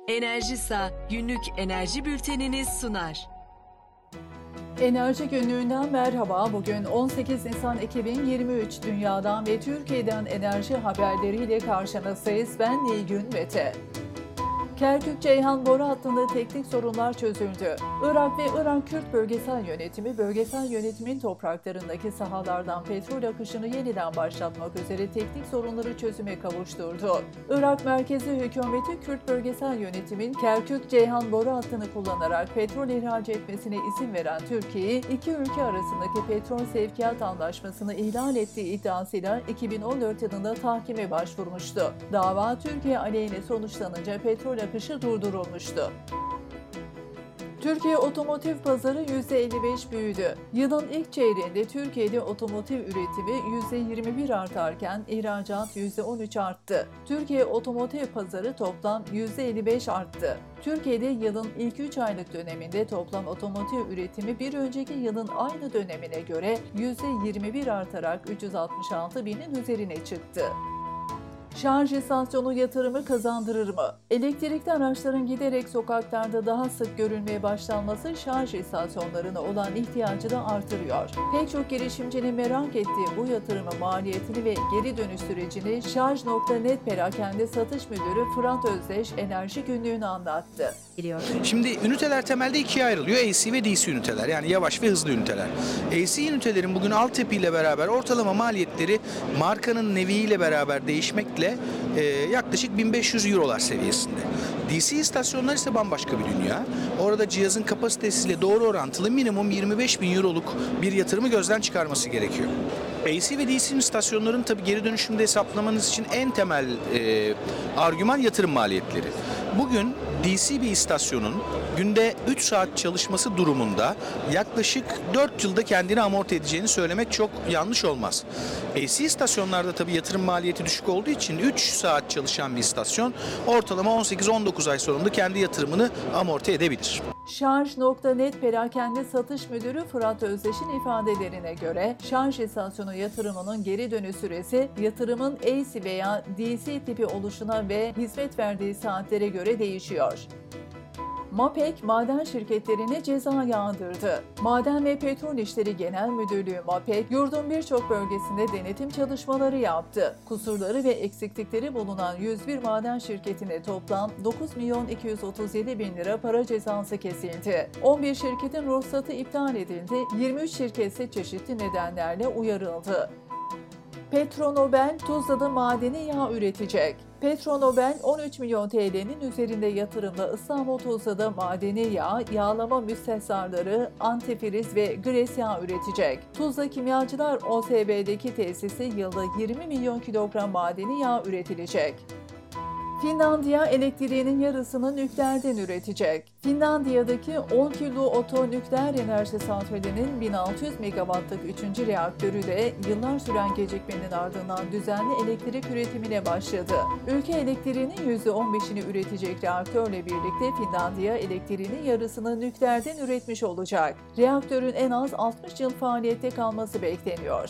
Enerjisa günlük enerji bülteniniz sunar. Enerji Günlüğü'nden merhaba. Bugün 18 Nisan 2023 dünyadan ve Türkiye'den enerji haberleriyle karşınızdayız. Ben Nilgün Mete. Kerkük-Ceyhan boru hattında teknik sorunlar çözüldü. Irak ve Irak Kürt Bölgesel Yönetimi, bölgesel yönetimin topraklarındaki sahalardan petrol akışını yeniden başlatmak üzere teknik sorunları çözüme kavuşturdu. Irak merkezi hükümeti Kürt Bölgesel Yönetimin Kerkük-Ceyhan boru hattını kullanarak petrol ihraç etmesine izin veren Türkiye'yi iki ülke arasındaki petrol sevkiyat anlaşmasını ihlal ettiği iddiasıyla 2014 yılında tahkime başvurmuştu. Dava Türkiye aleyhine sonuçlanınca petrol akışı durdurulmuştu. Türkiye otomotiv pazarı %55 büyüdü. Yılın ilk çeyreğinde Türkiye'de otomotiv üretimi %21 artarken ihracat %13 arttı. Türkiye otomotiv pazarı toplam %55 arttı. Türkiye'de yılın ilk 3 aylık döneminde toplam otomotiv üretimi bir önceki yılın aynı dönemine göre %21 artarak 366 binin üzerine çıktı. Şarj istasyonu yatırımı kazandırır mı? Elektrikli araçların giderek sokaklarda daha sık görülmeye başlanması şarj istasyonlarına olan ihtiyacı da artırıyor. Pek çok girişimcinin merak ettiği bu yatırımın maliyetini ve geri dönüş sürecini Şarj.net Perakende Satış Müdürü Fırat Özdeş Enerji Günlüğü'ne anlattı. Şimdi üniteler temelde ikiye ayrılıyor. AC ve DC üniteler, yani yavaş ve hızlı üniteler. AC ünitelerin bugün altyapı ile beraber ortalama maliyetleri markanın neviyle beraber değişmekle yaklaşık 1500 eurolar seviyesinde. DC istasyonlar ise bambaşka bir dünya. Orada cihazın kapasitesiyle doğru orantılı minimum 25.000 euroluk bir yatırımı gözden çıkarması gerekiyor. AC ve DC istasyonların tabii geri dönüşümde hesaplamanız için en temel argüman yatırım maliyetleri. Bugün DC bir istasyonun günde 3 saat çalışması durumunda yaklaşık 4 yılda kendini amorti edeceğini söylemek çok yanlış olmaz. AC istasyonlarda tabii yatırım maliyeti düşük olduğu için 3 saat çalışan bir istasyon ortalama 18-19 ay sonunda kendi yatırımını amorti edebilir. Şarj.net Perakende Satış Müdürü Fırat Özdeş'in ifadelerine göre şarj istasyonu yatırımının geri dönüş süresi yatırımın AC veya DC tipi oluşuna ve hizmet verdiği saatlere göre değişiyor. MAPEK, maden şirketlerine ceza yağdırdı. Maden ve Petrol İşleri Genel Müdürlüğü MAPEK, yurdun birçok bölgesinde denetim çalışmaları yaptı. Kusurları ve eksiklikleri bulunan 101 maden şirketine toplam 9.237.000 lira para cezası kesildi. 11 şirketin ruhsatı iptal edildi, 23 şirket ise çeşitli nedenlerle uyarıldı. Petronobel Tuzla'da madeni yağ üretecek. Petronobel 13 milyon TL'nin üzerinde yatırımla İstanbul Tuzla'da madeni yağ, yağlama müstehsalları, antifriz ve gres yağ üretecek. Tuzla Kimyacılar OSB'deki tesisi yılda 20 milyon kilogram madeni yağ üretilecek. Finlandiya elektriğinin yarısını nükleerden üretecek. Finlandiya'daki 10 kilo Oto nükleer enerji santralinin 1600 megawattlık 3. reaktörü de yıllar süren gecikmenin ardından düzenli elektrik üretimine başladı. Ülke elektriğinin %15'ini üretecek reaktörle birlikte Finlandiya elektriğinin yarısını nükleerden üretmiş olacak. Reaktörün en az 60 yıl faaliyette kalması bekleniyor.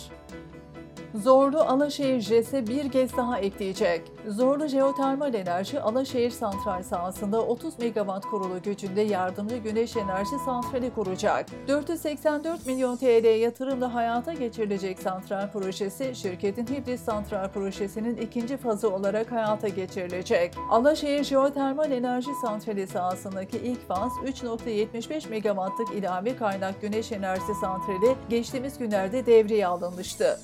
Zorlu Alaşehir JES'e bir GES daha ekleyecek. Zorlu Jeotermal Enerji, Alaşehir Santral sahasında 30 megawatt kurulu gücünde yardımcı güneş enerji santrali kuracak. 484 milyon TL yatırımla hayata geçirilecek santral projesi, şirketin hibrit santral projesinin ikinci fazı olarak hayata geçirilecek. Alaşehir Jeotermal Enerji Santrali sahasındaki ilk faz 3.75 megawattlık ilave kaynak güneş enerjisi santrali geçtiğimiz günlerde devreye alınmıştı.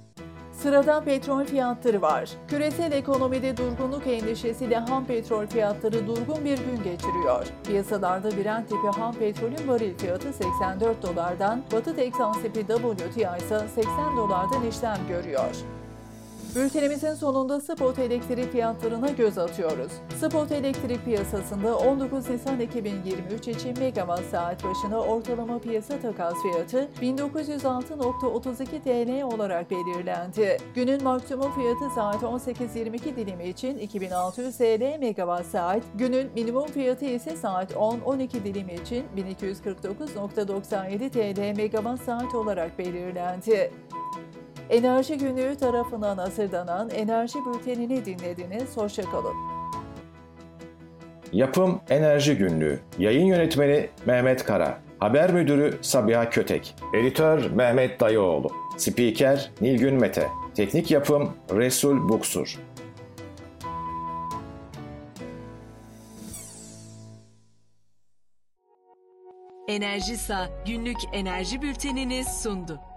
Sırada petrol fiyatları var. Küresel ekonomide durgunluk endişesiyle ham petrol fiyatları durgun bir gün geçiriyor. Piyasalarda Brent tipi ham petrolün varil fiyatı 84 dolardan, Batı Teksas tipi WTI ise 80 dolardan işlem görüyor. Bültenimizin sonunda spot elektrik fiyatlarına göz atıyoruz. Spot elektrik piyasasında 19 Nisan 2023 için megawatt saat başına ortalama piyasa takas fiyatı 1906.32 TL olarak belirlendi. Günün maksimum fiyatı saat 18.22 dilimi için 2600 TL megawatt saat, günün minimum fiyatı ise saat 10-12 dilimi için 1249.97 TL megawatt saat olarak belirlendi. Enerji Günlüğü tarafından hazırlanan Enerji Bülteni'ni dinlediniz. Hoşça kalın. Yapım Enerji Günlüğü. Yayın yönetmeni Mehmet Kara. Haber müdürü Sabiha Kötek. Editör Mehmet Dayıoğlu. Spiker Nilgün Mete. Teknik yapım Resul Buksur. Enerjisa günlük enerji bültenini sundu.